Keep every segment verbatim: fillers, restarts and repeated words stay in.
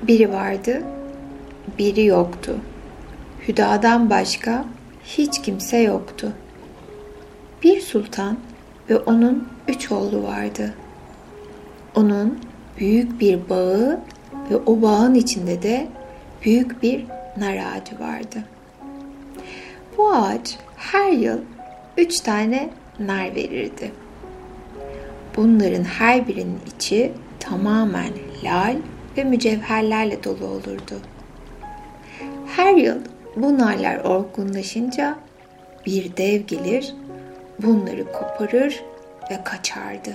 Biri vardı, biri yoktu. Hüda'dan başka hiç kimse yoktu. Bir sultan ve onun üç oğlu vardı. Onun büyük bir bağı ve o bağın içinde de büyük bir nar ağacı vardı. Bu ağaç her yıl üç tane nar verirdi. Bunların her birinin içi tamamen lal ve mücevherlerle dolu olurdu. Her yıl bu narlar olgunlaşınca bir dev gelir, bunları koparır ve kaçardı.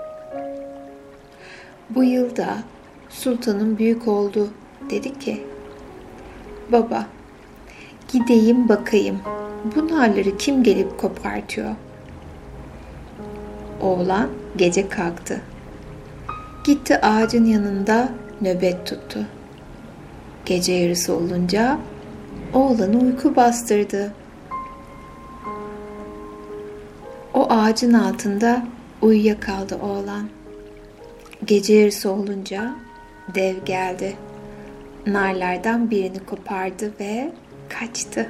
Bu yılda sultanın büyük oğlu dedi ki, "Baba, gideyim bakayım, bu narları kim gelip kopartıyor?" Oğlan gece kalktı. Gitti ağacın yanında nöbet tuttu. Gece yarısı olunca oğlanı uyku bastırdı. O ağacın altında uyuyakaldı oğlan. Gece yarısı olunca dev geldi. Narlardan birini kopardı ve kaçtı.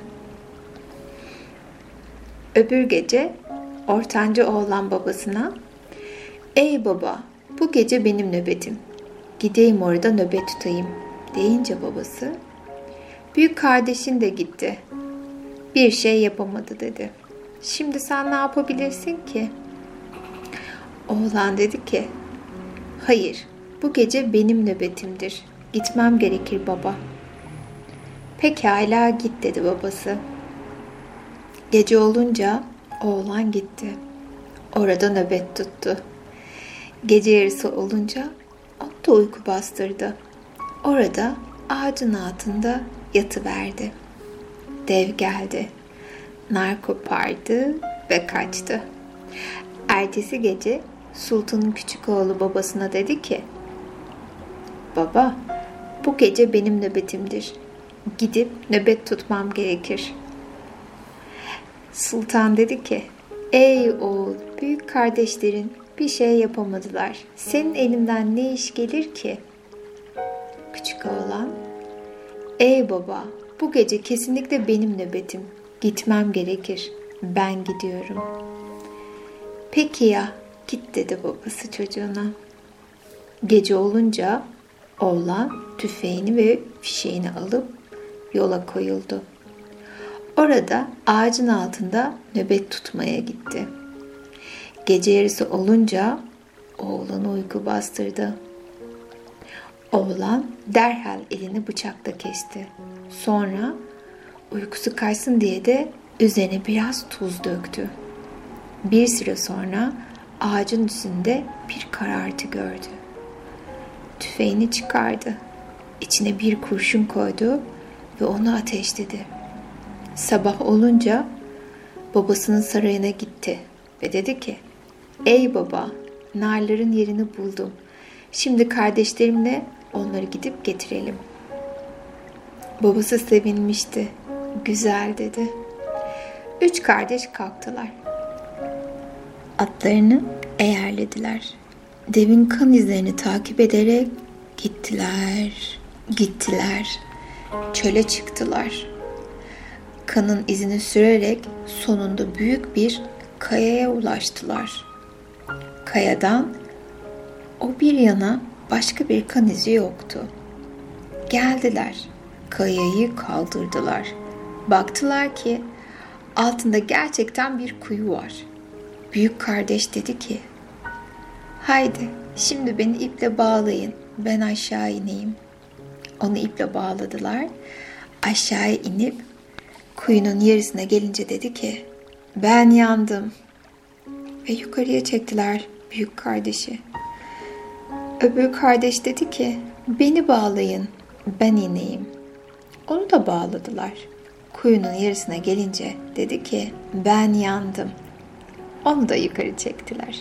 Öbür gece ortanca oğlan babasına, "Ey baba, bu gece benim nöbetim. Gideyim orada nöbet tutayım," deyince babası, "Büyük kardeşin de gitti. Bir şey yapamadı," dedi. "Şimdi sen ne yapabilirsin ki?" Oğlan dedi ki, "Hayır, bu gece benim nöbetimdir. Gitmem gerekir baba." "Pekala git," dedi babası. Gece olunca oğlan gitti. Orada nöbet tuttu. Gece yarısı olunca o da uyku bastırdı. Orada ağacın altında yatıverdi. Dev geldi. Nar kopardı ve kaçtı. Ertesi gece sultanın küçük oğlu babasına dedi ki, "Baba, bu gece benim nöbetimdir. Gidip nöbet tutmam gerekir." Sultan dedi ki, "Ey oğul, büyük kardeşlerin bir şey yapamadılar. Senin elinden ne iş gelir ki?" Küçük oğlan, "Ey baba, bu gece kesinlikle benim nöbetim. Gitmem gerekir. Ben gidiyorum." "Peki ya, git," dedi babası çocuğuna. Gece olunca oğlan tüfeğini ve fişeğini alıp yola koyuldu. Orada ağacın altında nöbet tutmaya gitti. Gece yarısı olunca oğlanı uyku bastırdı. Oğlan derhal elini bıçakla kesti. Sonra uykusu kaçsın diye de üzerine biraz tuz döktü. Bir süre sonra ağacın üstünde bir karartı gördü. Tüfeğini çıkardı. İçine bir kurşun koydu ve onu ateşledi. Sabah olunca babasının sarayına gitti ve dedi ki, "Ey baba, narların yerini buldum. Şimdi kardeşlerimle onları gidip getirelim." Babası sevinmişti. "Güzel," dedi. Üç kardeş kalktılar. Atlarını eğerlediler. Devin kan izlerini takip ederek gittiler, gittiler. Çöle çıktılar. Kanın izini sürerek sonunda büyük bir kayaya ulaştılar. Kayadan o bir yana başka bir kan izi yoktu. Geldiler, kayayı kaldırdılar. Baktılar ki altında gerçekten bir kuyu var. Büyük kardeş dedi ki, "Haydi şimdi beni iple bağlayın, ben aşağı ineyim." Onu iple bağladılar. Aşağıya inip kuyunun yarısına gelince dedi ki, "Ben yandım." Ve yukarıya çektiler büyük kardeşi. Öbür kardeş dedi ki, "Beni bağlayın, ben ineyim." Onu da bağladılar. Kuyunun yarısına gelince dedi ki, "Ben yandım." Onu da yukarı çektiler.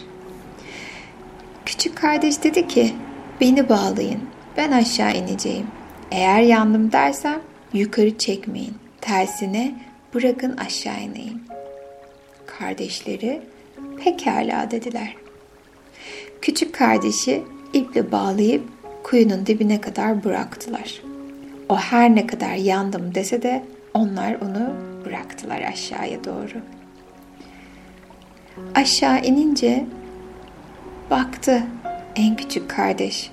Küçük kardeş dedi ki, "Beni bağlayın, ben aşağı ineceğim. Eğer yandım dersem yukarı çekmeyin. Tersine bırakın aşağı ineyim." Kardeşleri pekala dediler. Küçük kardeşi iple bağlayıp kuyunun dibine kadar bıraktılar. O her ne kadar yandım dese de onlar onu bıraktılar aşağıya doğru. Aşağı inince baktı en küçük kardeş.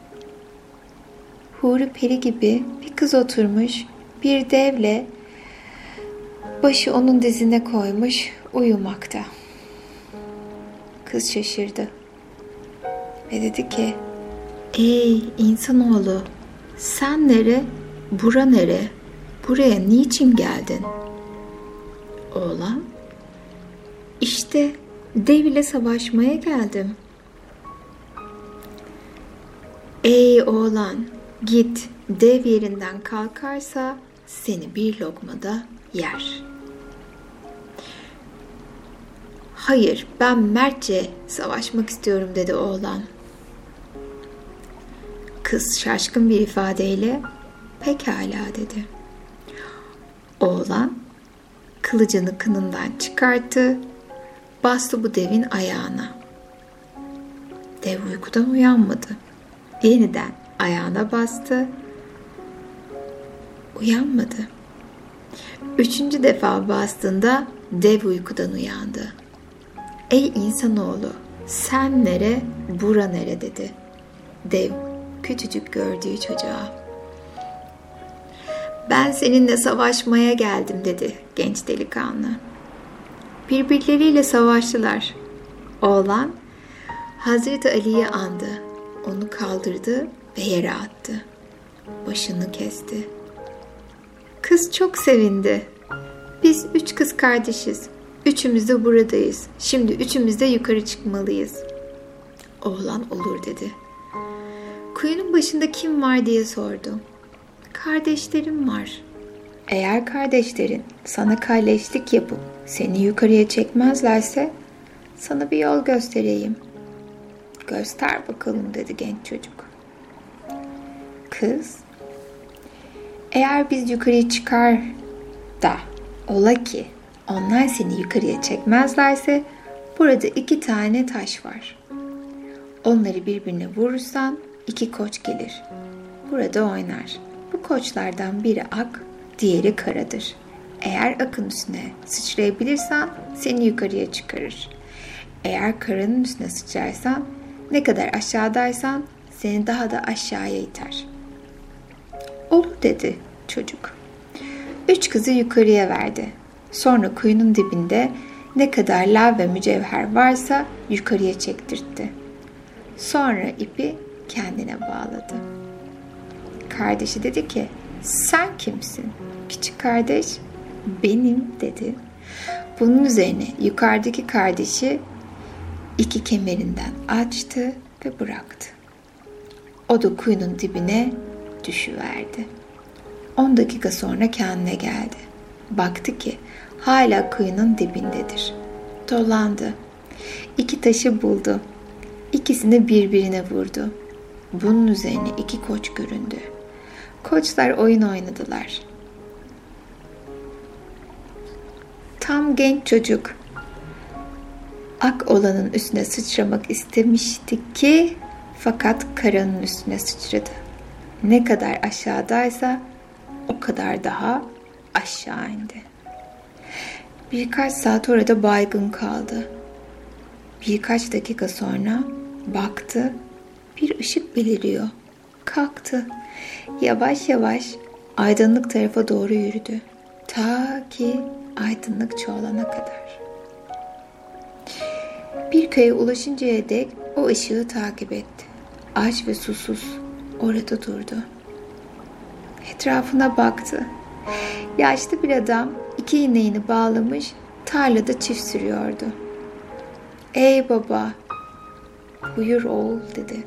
Huri peri gibi bir kız oturmuş, bir devle başı onun dizine koymuş uyumakta. Kız şaşırdı ve dedi ki, "Ey insanoğlu, sen nere, bura nere, buraya niçin geldin?" Oğlan, "İşte dev ile savaşmaya geldim." "Ey oğlan, git, dev yerinden kalkarsa seni bir lokmada yer." "Hayır, ben mertçe savaşmak istiyorum," dedi oğlan. Kız şaşkın bir ifadeyle, "Pekala," dedi. Oğlan kılıcını kınından çıkarttı, bastı bu devin ayağına. Dev uykudan uyanmadı. Yeniden ayağına bastı, uyanmadı. Üçüncü defa bastığında dev uykudan uyandı. "Ey insanoğlu, sen nere, bura nere?" dedi dev küçücük gördüğü çocuğa. "Ben seninle savaşmaya geldim," dedi genç delikanlı. Birbirleriyle savaştılar. Oğlan Hazreti Ali'yi andı. Onu kaldırdı ve yere attı. Başını kesti. Kız çok sevindi. "Biz üç kız kardeşiz. Üçümüz de buradayız. Şimdi üçümüz de yukarı çıkmalıyız." Oğlan "Olur," dedi. Kuyunun başında kim var diye sordu. "Kardeşlerim var." "Eğer kardeşlerin sana kalleşlik yapıp seni yukarıya çekmezlerse sana bir yol göstereyim." "Göster bakalım," dedi genç çocuk. Kız, "Eğer biz yukarıya çıkar da ola ki onlar seni yukarıya çekmezlerse burada iki tane taş var. Onları birbirine vurursan iki koç gelir. Burada oynar. Bu koçlardan biri ak, diğeri karadır. Eğer akın üstüne sıçrayabilirsen seni yukarıya çıkarır. Eğer karanın üstüne sıçrarsan, ne kadar aşağıdaysan seni daha da aşağıya iter." "Olur," dedi çocuk. Üç kızı yukarıya verdi. Sonra kuyunun dibinde ne kadar lav ve mücevher varsa yukarıya çektirtti. Sonra ipi kendine bağladı. Kardeşi dedi ki, "Sen kimsin?" Küçük kardeş, "Benim," dedi. Bunun üzerine yukarıdaki kardeşi iki kemerinden açtı ve bıraktı. O da kuyunun dibine düşüverdi. On dakika sonra kendine geldi. Baktı ki hala kuyunun dibindedir. Dolandı. İki taşı buldu. İkisini birbirine vurdu. Bunun üzerine iki koç göründü. Koçlar oyun oynadılar. Tam genç çocuk ak olanın üstüne sıçramak istemişti ki fakat karanın üstüne sıçradı. Ne kadar aşağıdaysa o kadar daha aşağı indi. Birkaç saat orada baygın kaldı. Birkaç dakika sonra baktı, bir ışık beliriyor. Kalktı. Yavaş yavaş aydınlık tarafa doğru yürüdü. Ta ki aydınlık çoğalana kadar. Bir köye ulaşıncaya dek o ışığı takip etti. Aç ve susuz orada durdu. Etrafına baktı. Yaşlı bir adam iki ineğini bağlamış tarlada çift sürüyordu. "Ey baba, buyur oğul," dedi.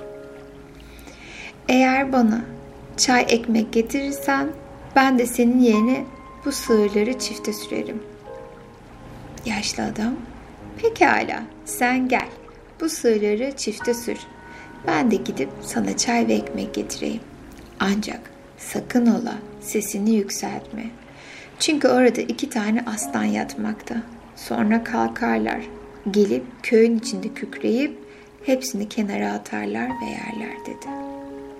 "Eğer bana çay ekmek getirirsen ben de senin yerine bu sığırları çifte sürerim." Yaşlı adam, "Pekala, sen gel, bu sığırları çifte sür. Ben de gidip sana çay ve ekmek getireyim. Ancak sakın ola sesini yükseltme. Çünkü orada iki tane aslan yatmakta. Sonra kalkarlar, gelip köyün içinde kükreyip hepsini kenara atarlar ve yerler," dedi.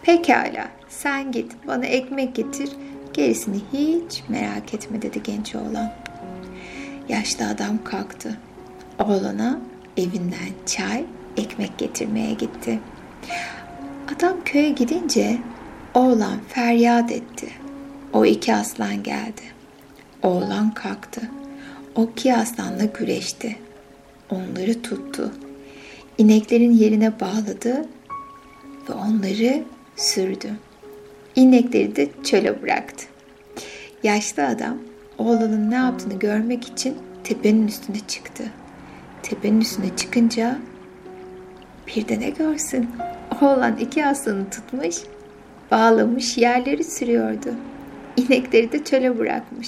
Pekala, sen git, bana ekmek getir, gerisini hiç merak etme dedi genç oğlan. Yaşlı adam kalktı. Oğlana evinden çay, ekmek getirmeye gitti. Adam köye gidince oğlan feryat etti. O iki aslan geldi. Oğlan kalktı. O iki aslanla güreşti. Onları tuttu. İneklerin yerine bağladı ve onları sürdü. İnekleri de çöle bıraktı. Yaşlı adam oğlanın ne yaptığını görmek için tepenin üstüne çıktı. Tepenin üstüne çıkınca bir de ne görsün? Oğlan iki aslanı tutmuş, bağlamış, yerleri sürüyordu. İnekleri de çöle bırakmış.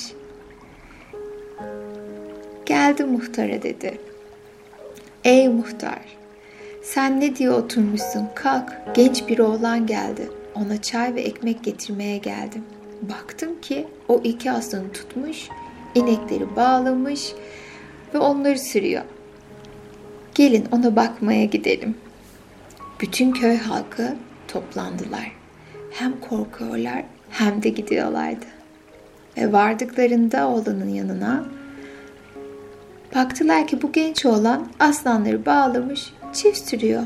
Geldi muhtara dedi. Ey muhtar, sen ne diye oturmuşsun? Kalk, genç bir oğlan geldi. Ona çay ve ekmek getirmeye geldim. Baktım ki o iki aslanı tutmuş, inekleri bağlamış ve onları sürüyor. Gelin ona bakmaya gidelim. Bütün köy halkı toplandılar. Hem korkuyorlar hem de gidiyorlardı. Ve vardıklarında oğlanın yanına baktılar ki bu genç oğlan aslanları bağlamış, çift sürüyor.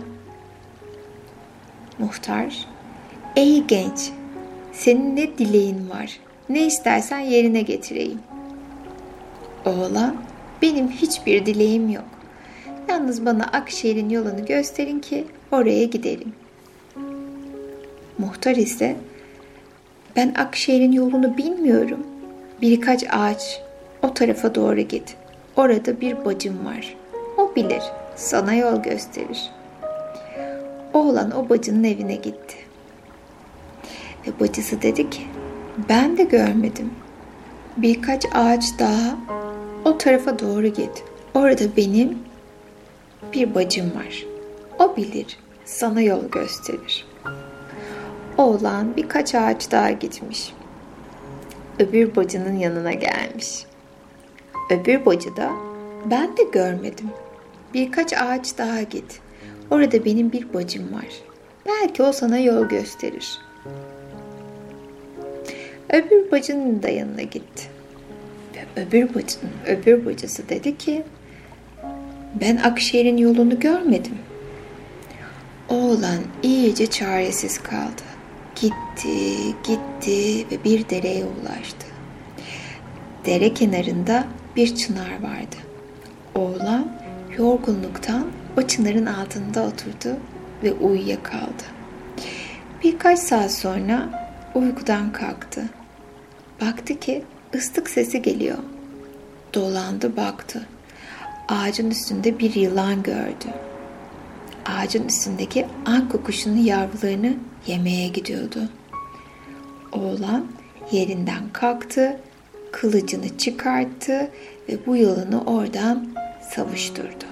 Muhtar, ey genç, senin ne dileğin var? Ne istersen yerine getireyim. Oğlan, benim hiçbir dileğim yok. Yalnız bana Akşehir'in yolunu gösterin ki oraya gidelim. Muhtar ise, ben Akşehir'in yolunu bilmiyorum. Birkaç ağaç o tarafa doğru git. Orada bir bacım var. O bilir, sana yol gösterir. Oğlan o bacının evine gitti. Ve bacısı dedi ki, ben de görmedim. Birkaç ağaç daha o tarafa doğru git. Orada benim bir bacım var. O bilir, sana yol gösterir. Oğlan birkaç ağaç daha gitmiş. Öbür bacının yanına gelmiş. Öbür bacı da, ben de görmedim. Birkaç ağaç daha git. Orada benim bir bacım var. Belki o sana yol gösterir. Öbür bacının da yanına gitti. Ve öbür bacının öbür bacısı dedi ki, ben Akşehir'in yolunu görmedim. Oğlan iyice çaresiz kaldı. Gitti, gitti ve bir dereye ulaştı. Dere kenarında bir çınar vardı. Oğlan yorgunluktan o çınarın altında oturdu ve uyuyakaldı. Birkaç saat sonra uykudan kalktı. Baktı ki ıslık sesi geliyor. Dolandı baktı. Ağacın üstünde bir yılan gördü. Ağacın üstündeki anka kuşunun yavrularını yemeye gidiyordu. Oğlan yerinden kalktı, kılıcını çıkarttı ve bu yılanı oradan savuşturdu.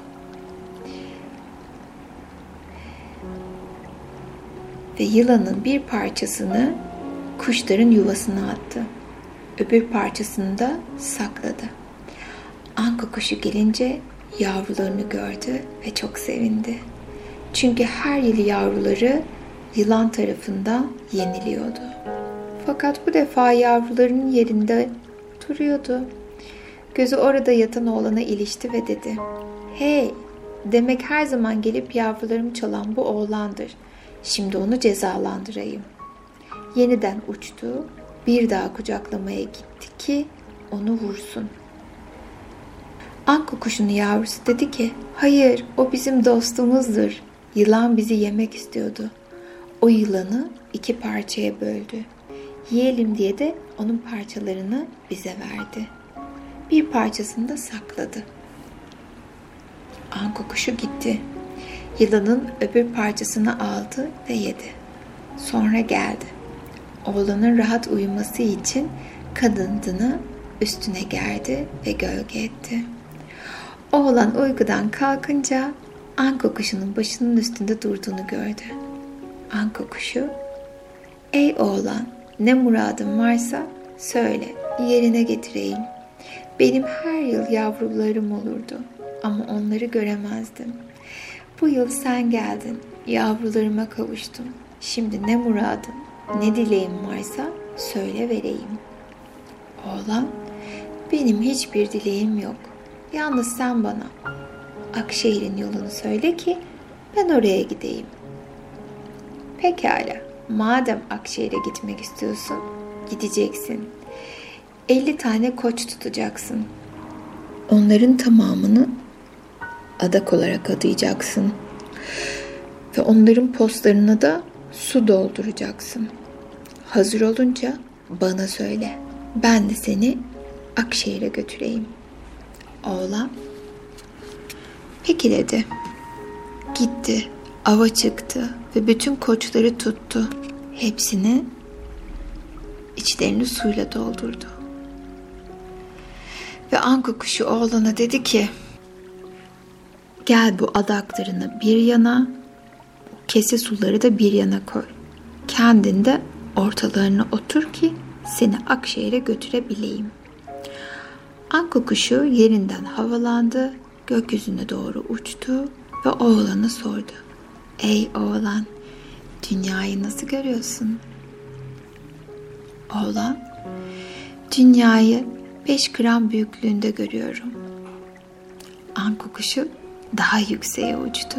Ve yılanın bir parçasını kuşların yuvasına attı. Öbür parçasını da sakladı. Anka kuşu gelince yavrularını gördü ve çok sevindi. Çünkü her yıl yavruları yılan tarafından yeniliyordu. Fakat bu defa yavrularının yerinde duruyordu. Gözü orada yatan oğlana ilişti ve dedi, hey, demek her zaman gelip yavrularımı çalan bu oğlandır. Şimdi onu cezalandırayım. Yeniden uçtu, bir daha kucaklamaya gitti ki onu vursun. Anka kuşunun yavrusu dedi ki, hayır, o bizim dostumuzdur. Yılan bizi yemek istiyordu. O yılanı iki parçaya böldü. Yiyelim diye de onun parçalarını bize verdi. Bir parçasını da sakladı. Anka kuşu gitti. Yılanın öbür parçasını aldı ve yedi. Sonra geldi. Oğlanın rahat uyuması için kanadını üstüne gerdi ve gölge etti. Oğlan uykudan kalkınca anka kuşunun başının üstünde durduğunu gördü. Anka kuşu, ey oğlan, ne muradın varsa söyle, yerine getireyim. Benim her yıl yavrularım olurdu ama onları göremezdim. Bu yıl sen geldin, yavrularıma kavuştum. Şimdi ne muradın, ne dileğin varsa söyle vereyim. Oğlan, benim hiçbir dileğim yok. Yalnız sen bana Akşehir'in yolunu söyle ki ben oraya gideyim. Pekala, madem Akşehir'e gitmek istiyorsun, gideceksin. elli tane koç tutacaksın. Onların tamamını adak olarak adayacaksın. Ve onların postlarına da su dolduracaksın. Hazır olunca bana söyle. Ben de seni Akşehir'e götüreyim. Oğlan, peki dedi. Gitti, ava çıktı ve bütün koçları tuttu. Hepsini içlerini suyla doldurdu. Ve anka kuşu oğlana dedi ki, gel bu adaklarını bir yana, kese suları da bir yana koy. Kendin de ortalarına otur ki seni Akşehir'e götürebileyim. Anka kuşu yerinden havalandı, gökyüzüne doğru uçtu ve oğlana sordu. Ey oğlan, dünyayı nasıl görüyorsun? Oğlan, dünyayı beş gram büyüklüğünde görüyorum. Anka kuşu daha yükseğe uçtu.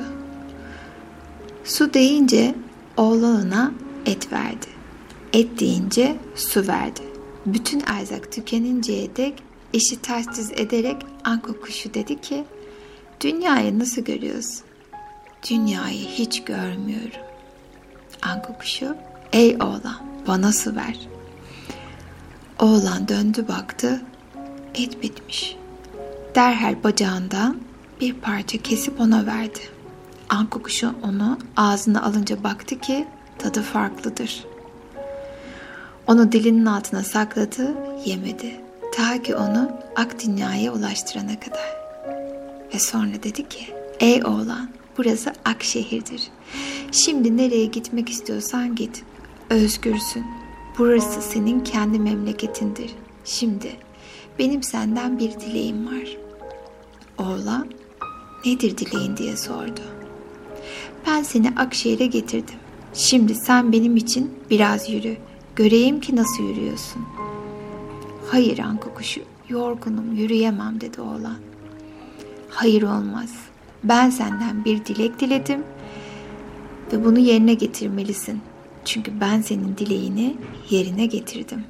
Su deyince oğlanına et verdi. Et deyince su verdi. Bütün erzak tükeninceye dek işi ters düz ederek anka kuşu dedi ki, dünyayı nasıl görüyorsun? Dünyayı hiç görmüyorum. Anka kuşu, ey oğlan bana su ver. Oğlan döndü baktı, et bitmiş. Derhal bacağından bir parça kesip ona verdi. Anka kuşu onu ağzına alınca baktı ki tadı farklıdır. Onu dilinin altına sakladı, yemedi. Ta ki onu ak dünyaya ulaştırana kadar. Ve sonra dedi ki, ey oğlan, burası Akşehir'dir. Şimdi nereye gitmek istiyorsan git. Özgürsün. Burası senin kendi memleketindir. Şimdi benim senden bir dileğim var. Oğlan, nedir dileğin diye sordu. Ben seni Akşehir'e getirdim. Şimdi sen benim için biraz yürü. Göreyim ki nasıl yürüyorsun. Hayır anka kuşu, yorgunum, yürüyemem dedi oğlan. Hayır olmaz. Ben senden bir dilek diledim ve bunu yerine getirmelisin. Çünkü ben senin dileğini yerine getirdim.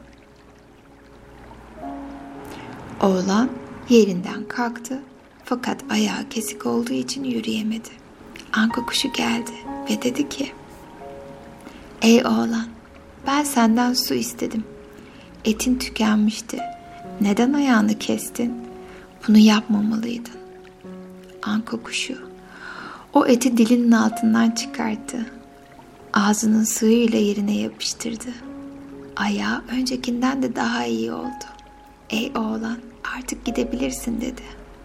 Oğlan yerinden kalktı fakat ayağı kesik olduğu için yürüyemedi. Anka kuşu geldi ve dedi ki, ey oğlan, ben senden su istedim. Etin tükenmişti. Neden ayağını kestin? Bunu yapmamalıydın. Anka kuşu o eti dilinin altından çıkarttı. Ağzının suyuyla yerine yapıştırdı. Ayağı öncekinden de daha iyi oldu. Ey oğlan, artık gidebilirsin dedi.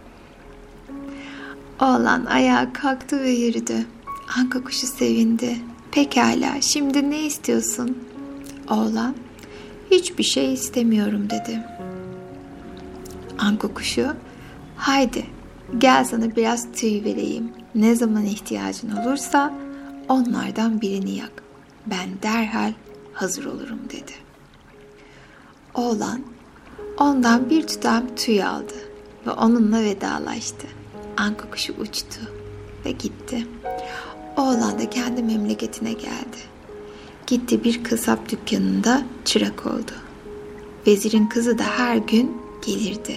Oğlan ayağa kalktı ve yürüdü. Anka kuşu sevindi. Pekala, şimdi ne istiyorsun? Oğlan, hiçbir şey istemiyorum dedi. Anka kuşu, haydi gel sana biraz tüy vereyim. Ne zaman ihtiyacın olursa onlardan birini yak. Ben derhal hazır olurum dedi. Oğlan ondan bir tutam tüy aldı ve onunla vedalaştı. Anka kuşu uçtu ve gitti. Oğlan da kendi memleketine geldi. Gitti bir kasap dükkanında çırak oldu. Vezirin kızı da her gün gelirdi.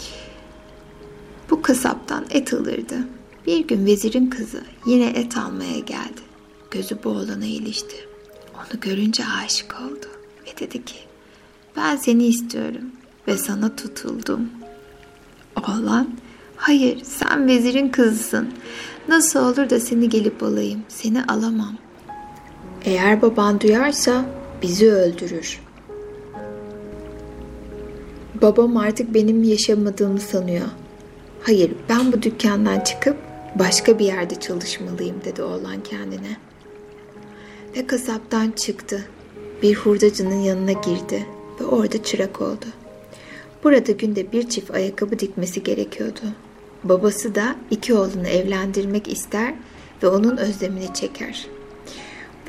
Bu kasaptan et alırdı. Bir gün vezirin kızı yine et almaya geldi. Gözü bu oğlana ilişti. Onu görünce aşık oldu ve dedi ki, ben seni istiyorum ve sana tutuldum. Oğlan, hayır sen vezirin kızısın. Nasıl olur da seni gelip alayım? Seni alamam. Eğer baban duyarsa bizi öldürür. Babam artık benim yaşamadığımı sanıyor. Hayır, ben bu dükkandan çıkıp başka bir yerde çalışmalıyım dedi oğlan kendine. Ve kasaptan çıktı. Bir hurdacının yanına girdi ve orada çırak oldu. Burada günde bir çift ayakkabı dikmesi gerekiyordu. Babası da iki oğlunu evlendirmek ister ve onun özlemini çeker.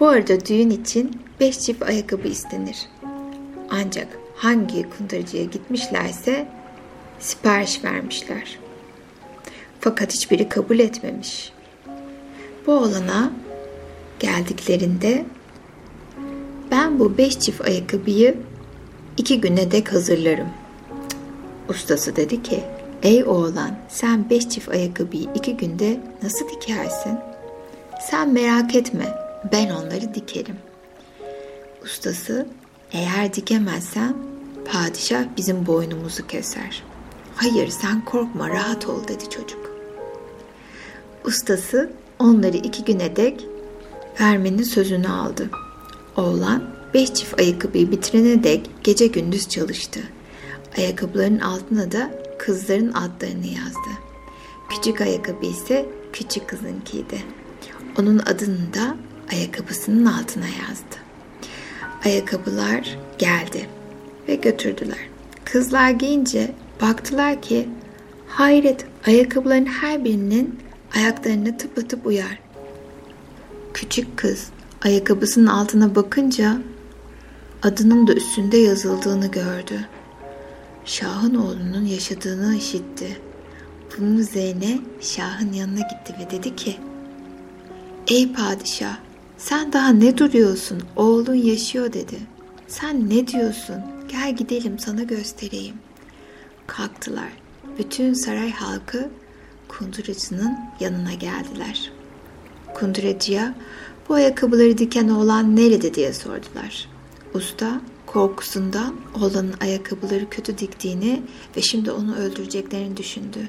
Bu arada düğün için beş çift ayakkabı istenir. Ancak hangi kunduracıya gitmişlerse sipariş vermişler. Fakat hiçbiri kabul etmemiş. Bu oğlana geldiklerinde ben bu beş çift ayakkabıyı iki güne dek hazırlarım. Ustası dedi ki, ey oğlan, sen beş çift ayakkabıyı iki günde nasıl dikersin? Sen merak etme, ben onları dikerim. Ustası, eğer dikemezsen padişah bizim boynumuzu keser. Hayır, sen korkma, rahat ol dedi çocuk. Ustası onları iki güne dek vermenin sözünü aldı. Oğlan beş çift ayakkabıyı bitirene dek gece gündüz çalıştı. Ayakkabıların altına da kızların adlarını yazdı. Küçük ayakkabı ise küçük kızınkiydi. Onun adını da ayakkabısının altına yazdı. Ayakkabılar geldi ve götürdüler. Kızlar giyince baktılar ki hayret, ayakkabıların her birinin ayaklarına tıpatıp uyar. Küçük kız ayakkabısının altına bakınca adının da üstünde yazıldığını gördü. Şah'ın oğlunun yaşadığını işitti. Bunun üzerine Şah'ın yanına gitti ve dedi ki, ey padişah, sen daha ne duruyorsun? Oğlun yaşıyor dedi. Sen ne diyorsun? Gel gidelim, sana göstereyim. Kalktılar. Bütün saray halkı kunduracının yanına geldiler. Kunduracıya bu ayakkabıları diken oğlan nerede diye sordular. Usta korkusundan oğlanın ayakkabıları kötü diktiğini ve şimdi onu öldüreceklerini düşündü.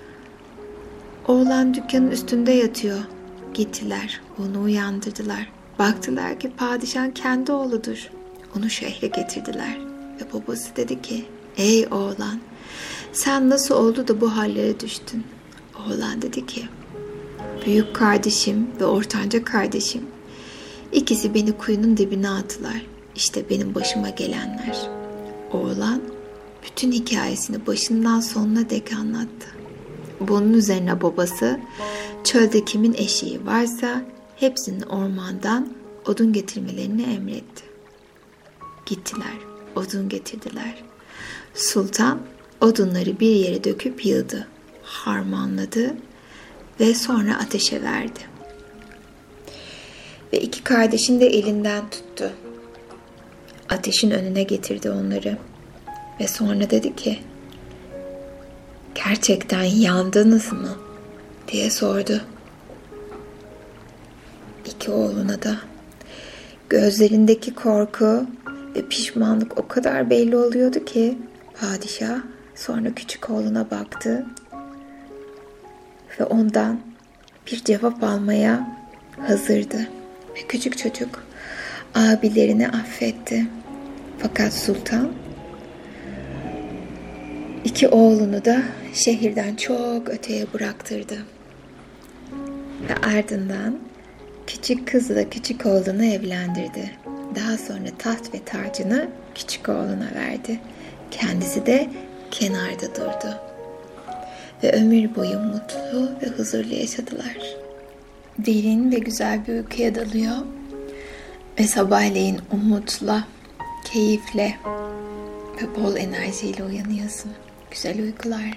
Oğlan dükkanın üstünde yatıyor. Gittiler, onu uyandırdılar. Baktılar ki padişahın kendi oğludur. Onu şehre getirdiler ve babası dedi ki, ey oğlan, sen nasıl oldu da bu hallere düştün? Oğlan dedi ki, büyük kardeşim ve ortanca kardeşim, ikisi beni kuyunun dibine attılar. İşte benim başıma gelenler. Oğlan bütün hikayesini başından sonuna dek anlattı. Bunun üzerine babası, çölde kimin eşeği varsa hepsinin ormandan odun getirmelerini emretti. Gittiler, odun getirdiler. Sultan odunları bir yere döküp yığdı, harmanladı ve sonra ateşe verdi. Ve iki kardeşin de elinden tuttu. Ateşin önüne getirdi onları ve sonra dedi ki, gerçekten yandınız mı diye sordu. İki oğluna da. Gözlerindeki korku ve pişmanlık o kadar belli oluyordu ki padişah sonra küçük oğluna baktı ve ondan bir cevap almaya hazırdı. Ve küçük çocuk abilerini affetti. Fakat sultan iki oğlunu da şehirden çok öteye bıraktırdı. Ve ardından küçük kızla küçük oğlunu evlendirdi. Daha sonra taht ve tacını küçük oğluna verdi. Kendisi de kenarda durdu. Ve ömür boyu mutlu ve huzurlu yaşadılar. Derin ve güzel bir uykuya dalıyor. Ve sabahleyin umutla, keyifle ve bol enerjiyle uyanıyorsun. Güzel uykular.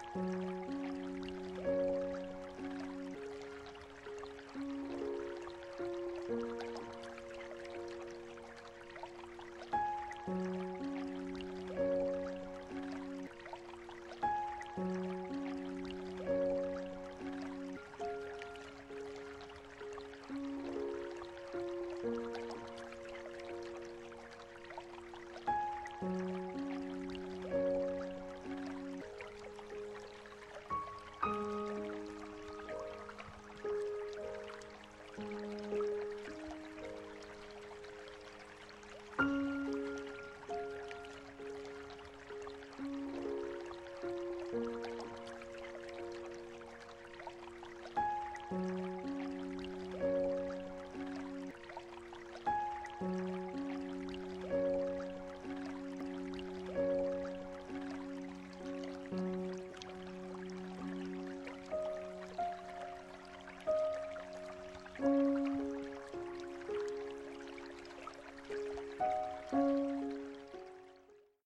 Thank you.